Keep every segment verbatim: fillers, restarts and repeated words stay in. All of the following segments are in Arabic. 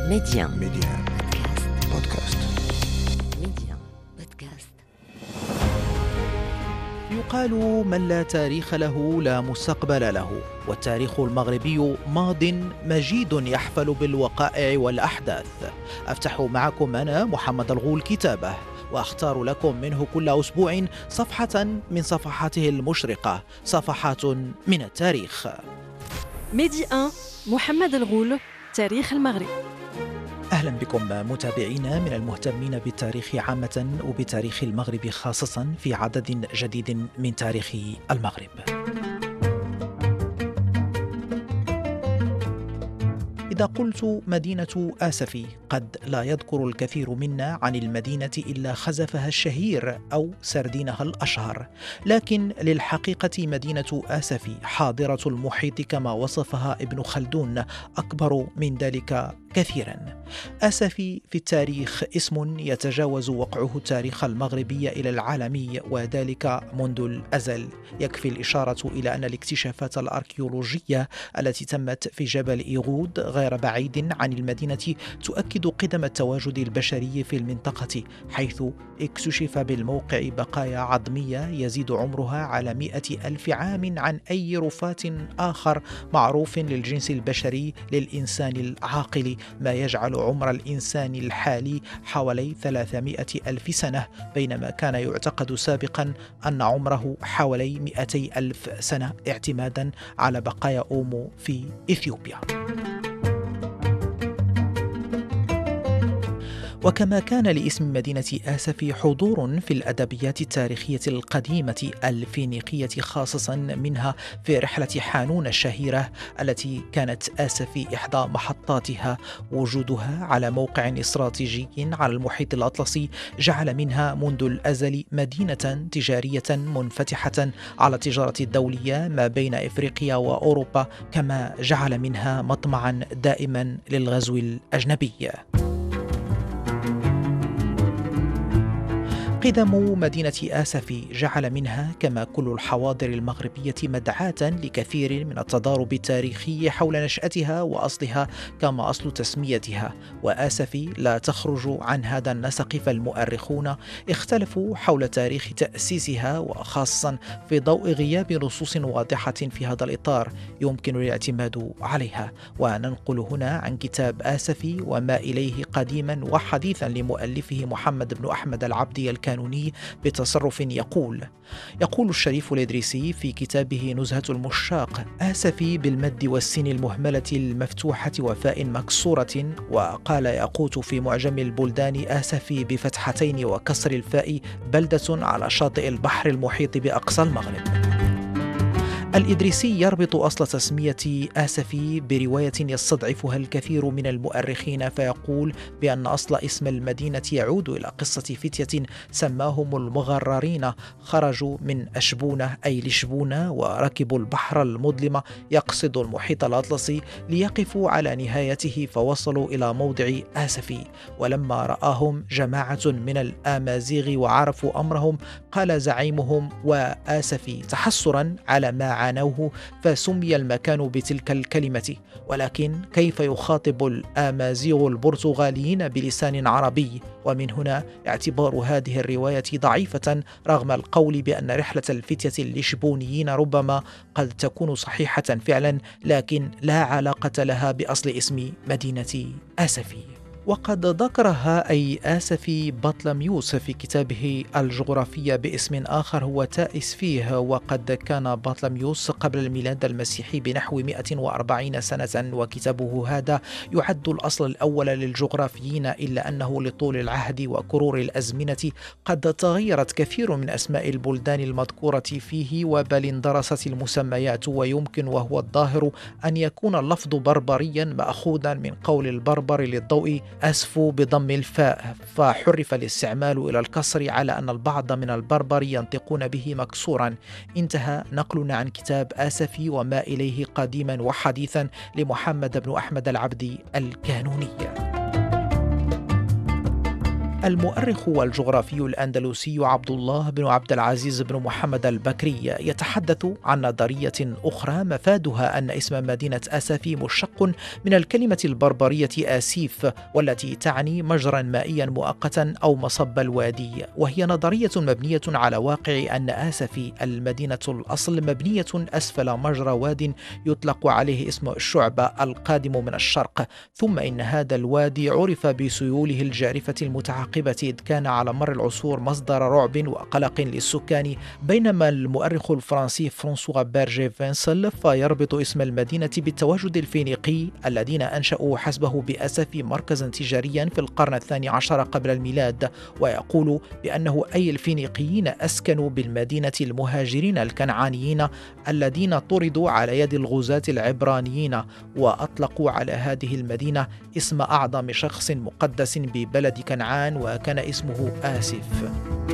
ميديان ميديان بودكاست. ميديان بودكاست. يقال من لا تاريخ له لا مستقبل له، والتاريخ المغربي ماض مجيد يحفل بالوقائع والأحداث. أفتح معكم أنا محمد الغول كتابه، وأختار لكم منه كل أسبوع صفحة من صفحاته المشرقة، صفحات من التاريخ. ميدي واحد محمد الغول، تاريخ المغرب. أهلا بكم متابعينا من المهتمين بالتاريخ عامة وبتاريخ المغرب خاصة في عدد جديد من تاريخ المغرب. إذا قلت مدينة آسفي قد لا يذكر الكثير منا عن المدينة إلا خزفها الشهير أو سردينها الأشهر، لكن للحقيقة مدينة آسفي حاضرة المحيط كما وصفها ابن خلدون، أكبر من ذلك كثيرا. آسفي في التاريخ اسم يتجاوز وقعه التاريخ المغربي إلى العالمي، وذلك منذ الأزل. يكفي الإشارة إلى أن الاكتشافات الأركيولوجية التي تمت في جبل إيغود غير بعيد عن المدينة تؤكد قدم التواجد البشري في المنطقة، حيث اكتشف بالموقع بقايا عظمية يزيد عمرها على مئة ألف عام عن أي رفات آخر معروف للجنس البشري للإنسان العاقل، ما يجعل عمر الإنسان الحالي حوالي ثلاثمئة ألف سنة، بينما كان يعتقد سابقا أن عمره حوالي مئتي ألف سنة اعتمادا على بقايا أومو في إثيوبيا. وكما كان لاسم مدينة آسفي حضور في الأدبيات التاريخية القديمة الفينيقية، خاصة منها في رحلة حانون الشهيرة التي كانت آسفي إحدى محطاتها، وجودها على موقع استراتيجي على المحيط الأطلسي جعل منها منذ الأزل مدينة تجارية منفتحة على التجارة الدولية ما بين إفريقيا وأوروبا، كما جعل منها مطمعا دائما للغزو الأجنبي. قدم مدينة آسفي جعل منها كما كل الحواضر المغربية مدعاة لكثير من التضارب التاريخي حول نشأتها وأصلها كما أصل تسميتها، وآسفي لا تخرج عن هذا النسق، فالمؤرخون اختلفوا حول تاريخ تأسيسها، وخاصة في ضوء غياب نصوص واضحة في هذا الإطار يمكن الاعتماد عليها. وننقل هنا عن كتاب آسفي وما إليه قديما وحديثا لمؤلفه محمد بن أحمد العبدي الكانوني بتصرف يقول يقول الشريف الإدريسي في كتابه نزهة المشاق: آسفي بالمد والسين المهملة المفتوحة وفاء مكسورة. وقال ياقوت في معجم البلدان: آسفي بفتحتين وكسر الفاء، بلدة على شاطئ البحر المحيط بأقصى المغرب. الإدريسي يربط أصل تسمية آسفي برواية يستضعفها الكثير من المؤرخين، فيقول بأن أصل اسم المدينة يعود إلى قصة فتية سماهم المغررين، خرجوا من أشبونة أي لشبونة وركبوا البحر المظلم يقصد المحيط الأطلسي ليقفوا على نهايته، فوصلوا إلى موضع آسفي. ولما رآهم جماعة من الآمازيغ وعرفوا أمرهم، قال زعيمهم وآسفي تحسرا على ما عانوه، فسمي المكان بتلك الكلمة. ولكن كيف يخاطب الآمازيغ البرتغاليين بلسان عربي؟ ومن هنا اعتبار هذه الرواية ضعيفة، رغم القول بأن رحلة الفتية اللشبونيين ربما قد تكون صحيحة فعلا، لكن لا علاقة لها بأصل اسم مدينة آسفي. وقد ذكرها أي آسفي بطلميوس في كتابه الجغرافية باسم آخر هو تائس فيه، وقد كان بطلميوس قبل الميلاد المسيحي بنحو مئة وأربعين سنة، وكتابه هذا يعد الأصل الأول للجغرافيين، إلا أنه لطول العهد وكرور الأزمنة قد تغيرت كثير من أسماء البلدان المذكورة فيه، وبل اندرست المسميات، ويمكن وهو الظاهر أن يكون اللفظ بربريا مأخوذا من قول البربر للضوء أسفو بضم الفاء، فحرف الاستعمال إلى الكسر على أن البعض من البربر ينطقون به مكسورا. انتهى نقلنا عن كتاب آسفي وما إليه قديما وحديثا لمحمد بن أحمد العبدي الكانوني. المؤرخ والجغرافي الأندلسي عبد الله بن عبد العزيز بن محمد البكري يتحدث عن نظرية أخرى مفادها أن اسم مدينة آسفي مشتق من الكلمة البربرية آسيف، والتي تعني مجرى مائيا مؤقتا أو مصب الوادي، وهي نظرية مبنية على واقع أن آسفي المدينة الأصل مبنية أسفل مجرى واد يطلق عليه اسم الشعبة القادم من الشرق، ثم إن هذا الوادي عرف بسيوله الجارفة المتعاقبة إذ كان على مر العصور مصدر رعب وقلق للسكان، بينما المؤرخ الفرنسي فرانسوا بيرجي فينسل فيربط اسم المدينة بالتواجد الفينيقي الذين أنشأوا حسبه بآسفي مركزا تجاريا في القرن الثاني عشر قبل الميلاد، ويقول بأنه أي الفينيقيين أسكنوا بالمدينة المهاجرين الكنعانيين الذين طردوا على يد الغزاة العبرانيين، وأطلقوا على هذه المدينة اسم أعظم شخص مقدس ببلد كنعان وكان اسمه آسف.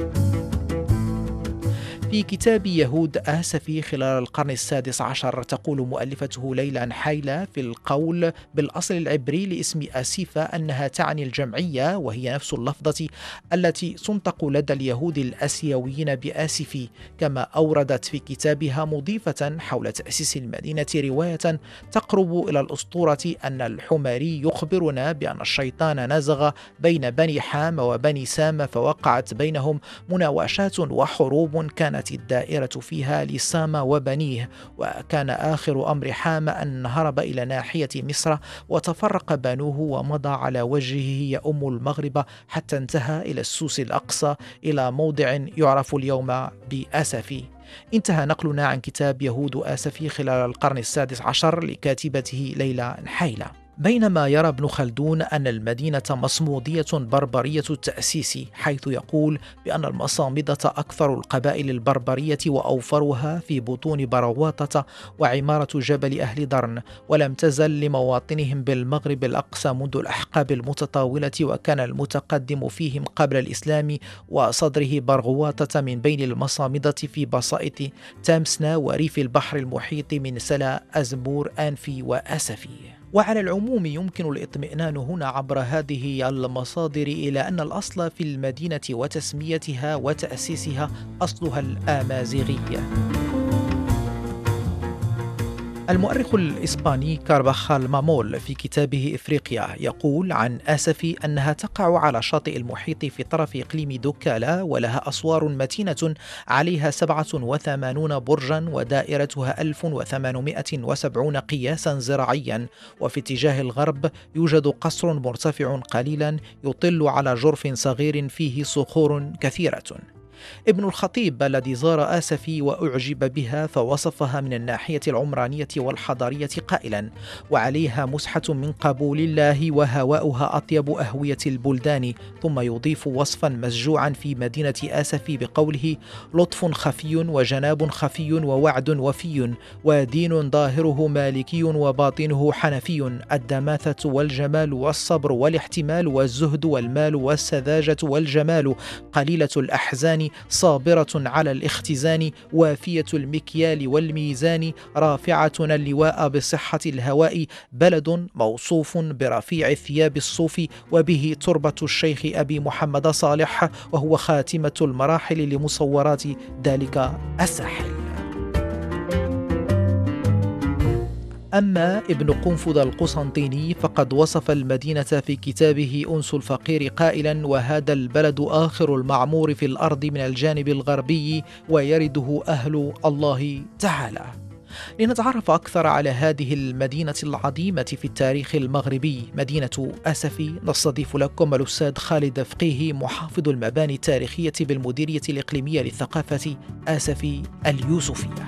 في كتاب يهود آسفي خلال القرن السادس عشر تقول مؤلفته ليلى نحيلة في القول بالأصل العبري لاسم آسيفة أنها تعني الجمعية، وهي نفس اللفظة التي تنطق لدى اليهود الآسيويين بآسفي، كما أوردت في كتابها مضيفة حول تأسيس المدينة رواية تقرب إلى الأسطورة أن الحماري يخبرنا بأن الشيطان نزغ بين بني حام وبني سام فوقعت بينهم مناوشات وحروب كانت الدائرة فيها لسام وبنيه، وكان آخر أمر حام أن هرب إلى ناحية مصر وتفرق بنوه ومضى على وجهه يؤم المغرب حتى انتهى إلى السوس الأقصى إلى موضع يعرف اليوم بآسفي. انتهى نقلنا عن كتاب يهود آسفي خلال القرن السادس عشر لكاتبته ليلى نحيلة. بينما يرى ابن خلدون أن المدينة مصمودية بربرية التأسيس، حيث يقول بأن المصامدة أكثر القبائل البربرية وأوفرها في بطون برواطة وعمارة جبل أهل درن، ولم تزل لمواطنهم بالمغرب الأقصى منذ الأحقاب المتطاولة، وكان المتقدم فيهم قبل الإسلام وصدره برغواطة من بين المصامدة في بسائط تامسنا وريف البحر المحيط من سلا أزمور أنفي وآسفي. وعلى العموم يمكن الاطمئنان هنا عبر هذه المصادر إلى أن الأصل في المدينة وتسميتها وتأسيسها أصلها الآمازيغي. المؤرخ الإسباني كارفاخال مامول في كتابه إفريقيا يقول عن آسفي أنها تقع على شاطئ المحيط في طرف إقليم دوكالا، ولها أسوار متينة عليها سبعة وثمانين برجا ودائرتها ألف وثمانمائة وسبعين قياسا زراعيا، وفي اتجاه الغرب يوجد قصر مرتفع قليلا يطل على جرف صغير فيه صخور كثيرة. ابن الخطيب الذي زار آسفي وأعجب بها فوصفها من الناحية العمرانية والحضارية قائلا: وعليها مسحة من قبول الله وهواؤها أطيب أهوية البلدان، ثم يضيف وصفا مسجوعا في مدينة آسفي بقوله: لطف خفي وجناب خفي ووعد وفي ودين ظاهره مالكي وباطنه حنفي، الدماثة والجمال والصبر والاحتمال والزهد والمال والسذاجة والجمال، قليلة الأحزان صابرة على الاختزان، وافية المكيال والميزان، رافعة اللواء بصحة الهواء، بلد موصوف برفيع الثياب الصوف، وبه تربة الشيخ أبي محمد صالح، وهو خاتمة المراحل لمصورات ذلك الساحل. أما ابن قنفذ القسنطيني فقد وصف المدينة في كتابه أنس الفقير قائلا: وهذا البلد آخر المعمور في الأرض من الجانب الغربي ويرده أهل الله تعالى. لنتعرف أكثر على هذه المدينة العظيمة في التاريخ المغربي مدينة آسفي نستضيف لكم الأستاذ خالد فقيه محافظ المباني التاريخية بالمديرية الإقليمية للثقافة آسفي اليوسفية.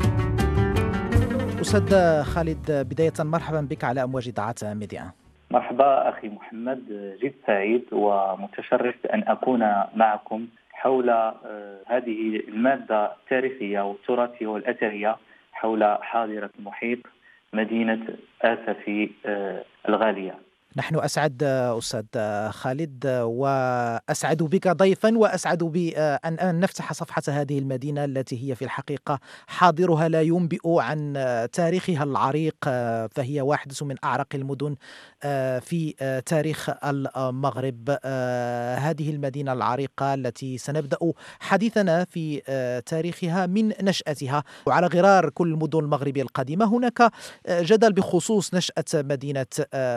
أستاذ خالد، بداية مرحبا بك على أمواج إذاعة ميديا. مرحبا أخي محمد، جد سعيد ومتشرف أن أكون معكم حول هذه المادة التاريخية والتراثية والأثرية حول حاضرة المحيط مدينة آسفي الغالية. نحن أسعد أستاذ خالد، وأسعد بك ضيفا، وأسعد بأن أن نفتح صفحة هذه المدينة التي هي في الحقيقة حاضرها لا ينبئ عن تاريخها العريق، فهي واحدة من أعرق المدن في تاريخ المغرب. هذه المدينة العريقة التي سنبدأ حديثنا في تاريخها من نشأتها. وعلى غرار كل المدن المغربية القديمة هناك جدل بخصوص نشأة مدينة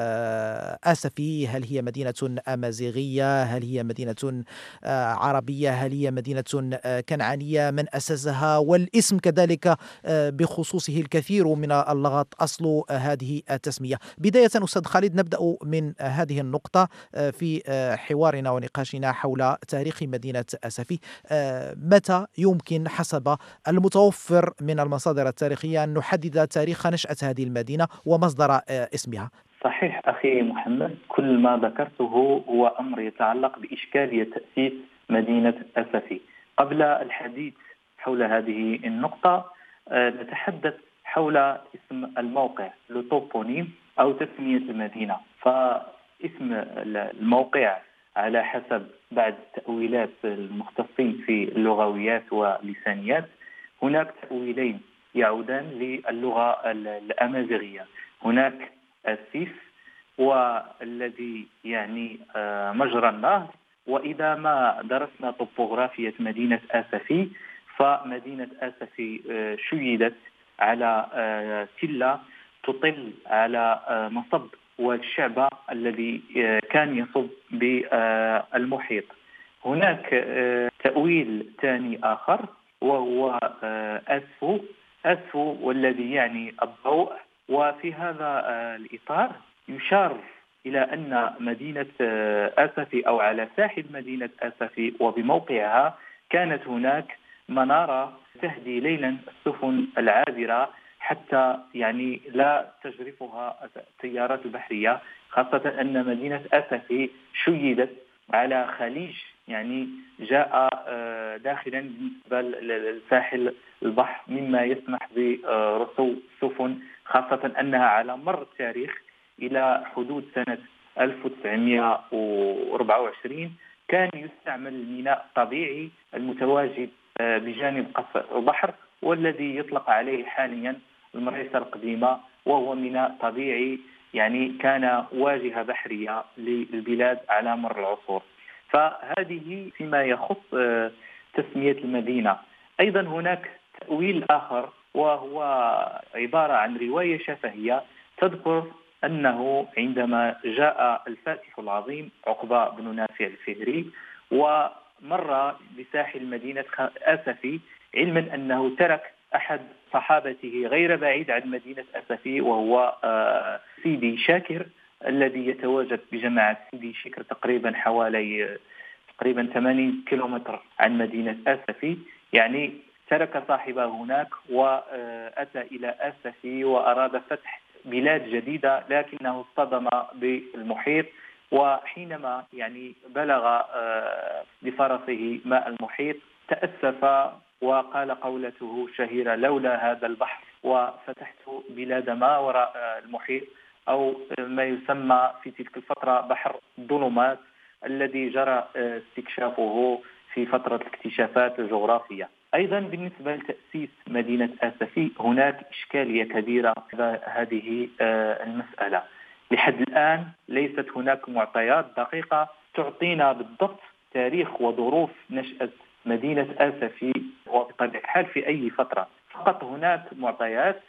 آسفي. هل هي مدينة أمازيغية؟ هل هي مدينة عربية؟ هل هي مدينة كنعانية؟ من أسسها؟ والاسم كذلك بخصوصه الكثير من اللغط أصل هذه التسمية. بداية أستاذ خالد، نبدأ من هذه النقطة في حوارنا ونقاشنا حول تاريخ مدينة آسفي. متى يمكن حسب المتوفر من المصادر التاريخية أن نحدد تاريخ نشأة هذه المدينة ومصدر اسمها؟ صحيح أخي محمد، كل ما ذكرته هو أمر يتعلق بإشكالية تأسيس مدينة آسفي. قبل الحديث حول هذه النقطة نتحدث حول اسم الموقع، لوتوبونيم أو تسمية المدينة. فاسم الموقع على حسب بعض تأويلات المختصين في اللغويات واللسانيات، هناك تأويلين يعودان للغة الأمازيغية. هناك السيف والذي يعني مجرى النهر. وإذا ما درسنا طبوغرافية مدينة آسفي، فمدينة آسفي شيدت على تلة تطل على مصب والشعب الذي كان يصب بالمحيط. هناك تأويل ثاني آخر وهو أسفو أسفو والذي يعني الضوء. وفي هذا الإطار يشار إلى أن مدينة آسفي أو على ساحل مدينة آسفي وبموقعها كانت هناك منارة تهدي ليلا السفن العابرة حتى يعني لا تجرفها التيارات البحرية، خاصة أن مدينة آسفي شيدت على خليج يعني جاء داخلا بالنسبة لساحل البحر، مما يسمح برسو السفن، خاصة أنها على مر التاريخ إلى حدود سنة ألف وتسعمائة وأربعة وعشرين كان يستعمل الميناء الطبيعي المتواجد بجانب قصر البحر، والذي يطلق عليه حاليا المريسة القديمة، وهو ميناء طبيعي يعني كان واجهة بحرية للبلاد على مر العصور. فهذه فيما يخص تسمية المدينة. أيضا هناك تأويل آخر وهو عبارة عن رواية شفهية تذكر أنه عندما جاء الفاتح العظيم عقبة بن نافع الفهري ومر بساحل مدينة آسفي، علما أنه ترك أحد صحابته غير بعيد عن مدينة آسفي وهو سيدي شاكر الذي يتواجد بجماعة سيدي شكر تقريبا حوالي تقريبا ثمانين كيلومتر عن مدينة آسفي. يعني ترك صاحبه هناك وأتى إلى آسفي وأراد فتح بلاد جديدة، لكنه اصطدم بالمحيط. وحينما يعني بلغ بفرسه ماء المحيط تأسف وقال قولته شهيرة: لولا هذا البحر وفتحت بلاد ما وراء المحيط، أو ما يسمى في تلك الفترة بحر الظلمات الذي جرى استكشافه في فترة الاكتشافات الجغرافية. أيضا بالنسبة لتأسيس مدينة آسفي هناك إشكالية كبيرة في هذه المسألة. لحد الآن ليست هناك معطيات دقيقة تعطينا بالضبط تاريخ وظروف نشأة مدينة آسفي وبطبيعة الحال في أي فترة. فقط هناك معطيات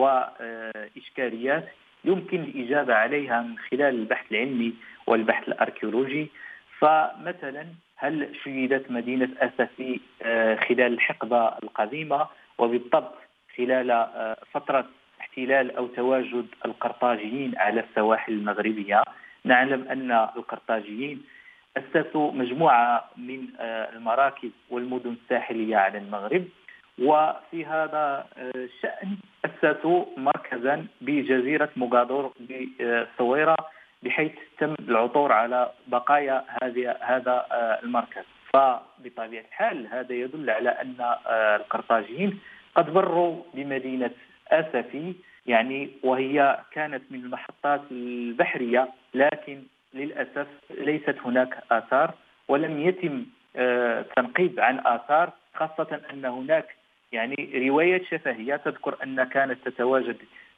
وإشكاليات يمكن الإجابة عليها من خلال البحث العلمي والبحث الأركيولوجي. فمثلا هل شيدت مدينة آسفي خلال الحقبة القديمة، وبالضبط خلال فترة احتلال أو تواجد القرطاجيين على السواحل المغربية؟ نعلم أن القرطاجيين أسسوا مجموعة من المراكز والمدن الساحلية على المغرب، وفي هذا الشأن أسسوا مركزا بجزيرة مقادور بالصويرة بحيث تم العثور على بقايا هذه هذا المركز. فبطبيعة الحال هذا يدل على أن القرطاجيين قد بروا بمدينة آسفي يعني وهي كانت من المحطات البحرية، لكن للأسف ليست هناك آثار ولم يتم تنقيب عن آثار، خاصة أن هناك يعني رواية شفهية تذكر أن كانت تتواجد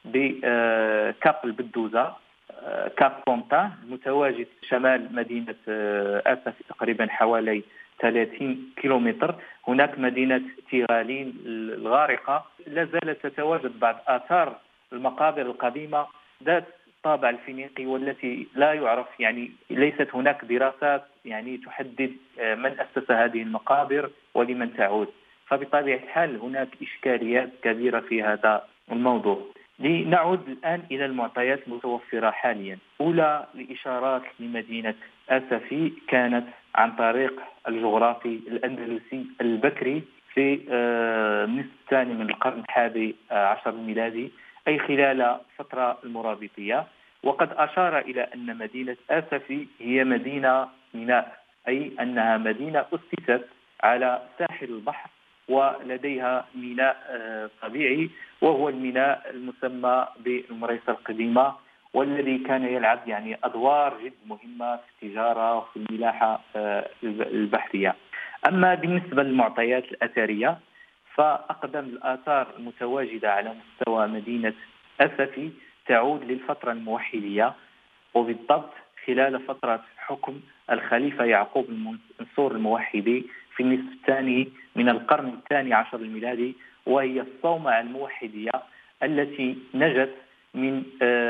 بكاب البدوزة، كاب بونتا المتواجد شمال مدينة أسفي تقريبا حوالي ثلاثين كيلومتر. هناك مدينة تيغالين الغارقة، لا زالت تتواجد بعض آثار المقابر القديمة ذات الطابع الفينيقي والتي لا يعرف، يعني ليست هناك دراسات يعني تحدد من أسس هذه المقابر ولمن تعود. فبطبيعة الحال هناك إشكاليات كبيرة في هذا الموضوع. لنعود الآن إلى المعطيات المتوفرة حاليا. أولى الإشارات لمدينة أسفي كانت عن طريق الجغرافي الأندلسي البكري في النصف الثاني من القرن الحادي عشر الميلادي، أي خلال الفترة المرابطية، وقد أشار إلى أن مدينة أسفي هي مدينة ميناء، أي أنها مدينة أسست على ساحل البحر ولديها ميناء طبيعي، وهو الميناء المسمى بالمريسة القديمة، والذي كان يلعب يعني أدوار جد مهمة في التجارة وفي الملاحة البحرية. أما بالنسبة للمعطيات الأثرية، فأقدم الآثار المتواجدة على مستوى مدينة أسفي تعود للفترة الموحدية، وبالضبط خلال فترة حكم الخليفة يعقوب المنصور الموحدي في النصف الثاني من القرن الثاني عشر الميلادي، وهي الصومعة الموحدية التي نجت من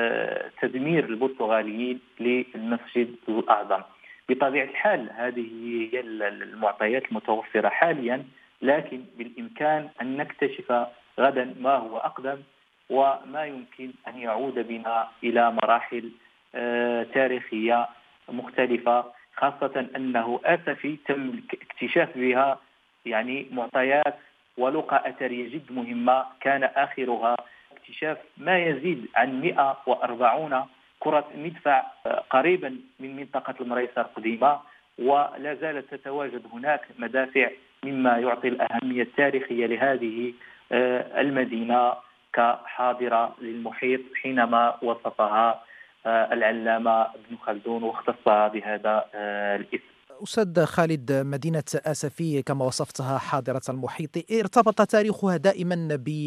تدمير البرتغاليين للمسجد الأعظم. بطبيعة الحال هذه هي المعطيات المتوفرة حاليا، لكن بالإمكان أن نكتشف غدا ما هو أقدم وما يمكن أن يعود بنا إلى مراحل تاريخية مختلفة، خاصة أنه أسفي تم اكتشاف بها يعني معطيات ولقى أثرية جد مهمة، كان آخرها اكتشاف ما يزيد عن مئة وأربعين كرة مدفع قريبا من منطقة المريسة القديمة، ولا زالت تتواجد هناك مدافع، مما يعطي الأهمية التاريخية لهذه المدينة كحاضرة للمحيط حينما وصفها العلامة ابن خلدون واختصها بهذا الاسم. أستاذ خالد، مدينة أسفي كما وصفتها حاضرة المحيط ارتبط تاريخها دائما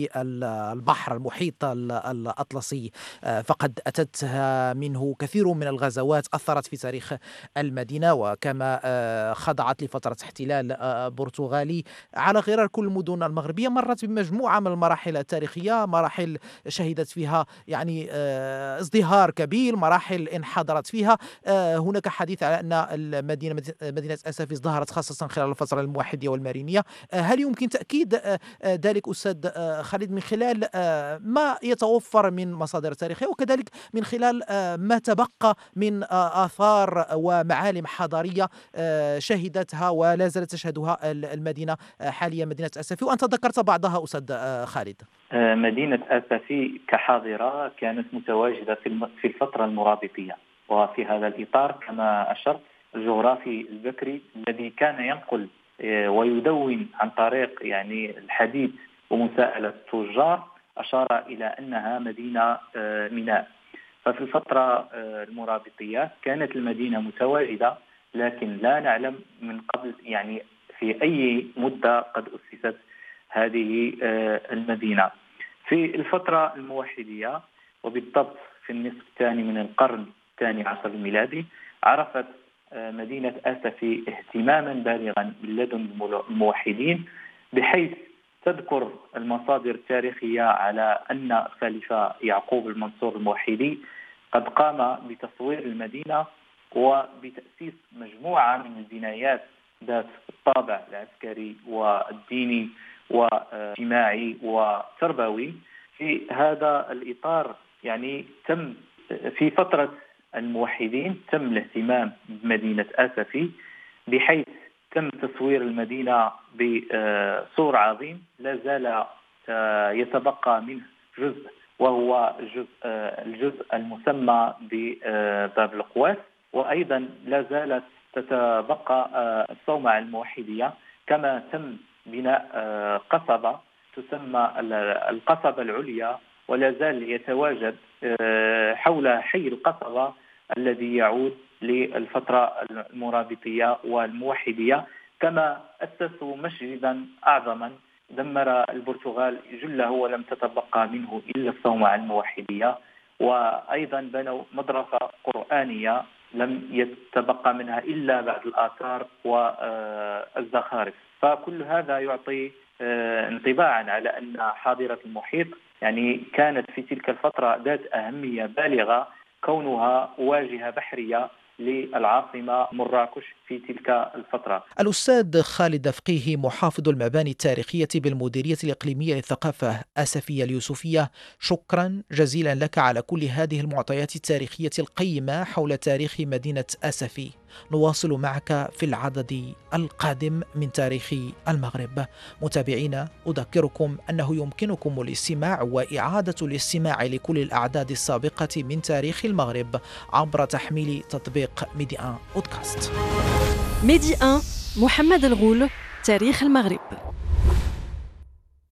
بالبحر المحيط الأطلسي، فقد أتتها منه كثير من الغزوات أثرت في تاريخ المدينة، وكما خضعت لفترة احتلال برتغالي على غرار كل المدن المغربية. مرت بمجموعة من المراحل التاريخية، مراحل شهدت فيها يعني ازدهار كبير، مراحل انحدرت فيها. هناك حديث على أن المدينة مدينة أسفي ازدهرت خاصة خلال الفترة الموحدية والمارينية. هل يمكن تأكيد ذلك أستاذ خالد من خلال ما يتوفر من مصادر تاريخية، وكذلك من خلال ما تبقى من آثار ومعالم حضارية شهدتها ولا زالت تشهدها المدينة حاليا، مدينة أسفي، وأنت ذكرت بعضها أستاذ خالد؟ مدينة أسفي كحاضرة كانت متواجدة في الفترة المرابطية، وفي هذا الإطار كما أشرت الجغرافي البكري الذي كان ينقل ويدون عن طريق يعني الحديث ومساءلة التجار أشار إلى أنها مدينة ميناء. ففي الفترة المرابطية كانت المدينة متواجدة، لكن لا نعلم من قبل يعني في أي مدة قد أسست هذه المدينة. في الفترة الموحدية وبالضبط في النصف الثاني من القرن الثاني عشر الميلادي عرفت مدينة أسفي اهتماما بالغا من لدن الموحدين، بحيث تذكر المصادر التاريخية على أن الخليفة يعقوب المنصور الموحدي قد قام بتصوير المدينة وبتأسيس مجموعة من البنايات ذات الطابع العسكري والديني واجتماعي وتربوي. في هذا الإطار يعني تم في فترة الموحدين تم الاهتمام بمدينة أسفي، بحيث تم تصوير المدينة بصور عظيم لا زال يتبقى منه جزء، وهو الجزء, الجزء المسمى بباب القواس، وأيضا لا زالت تتبقى الصومعة الموحدية، كما تم بناء قصبة تسمى القصبة العليا ولا زال يتواجد حول حي القصبة الذي يعود للفترة المرابطية والموحدية، كما أسسوا مسجدا أعظما دمر البرتغال جله ولم تتبقى منه إلا الصومعة الموحدية، وأيضا بنوا مدرسة قرآنية لم يتبقى منها إلا بعض الآثار والزخارف. فكل هذا يعطي انطباعا على أن حاضرة المحيط يعني كانت في تلك الفترة ذات أهمية بالغة، كونها واجهة بحرية للعاصمة مراكش في تلك الفترة. الأستاذ خالد فقيه، محافظ المباني التاريخية بالمديرية الإقليمية للثقافة آسفية اليوسفية، شكرا جزيلا لك على كل هذه المعطيات التاريخية القيمة حول تاريخ مدينة آسفي. نواصل معك في العدد القادم من تاريخ المغرب. متابعينا، أذكركم أنه يمكنكم الاستماع وإعادة الاستماع لكل الأعداد السابقة من تاريخ المغرب عبر تحميل تطبيق ميدي واحد بودكاست. ميدي واحد، محمد الغول، تاريخ المغرب.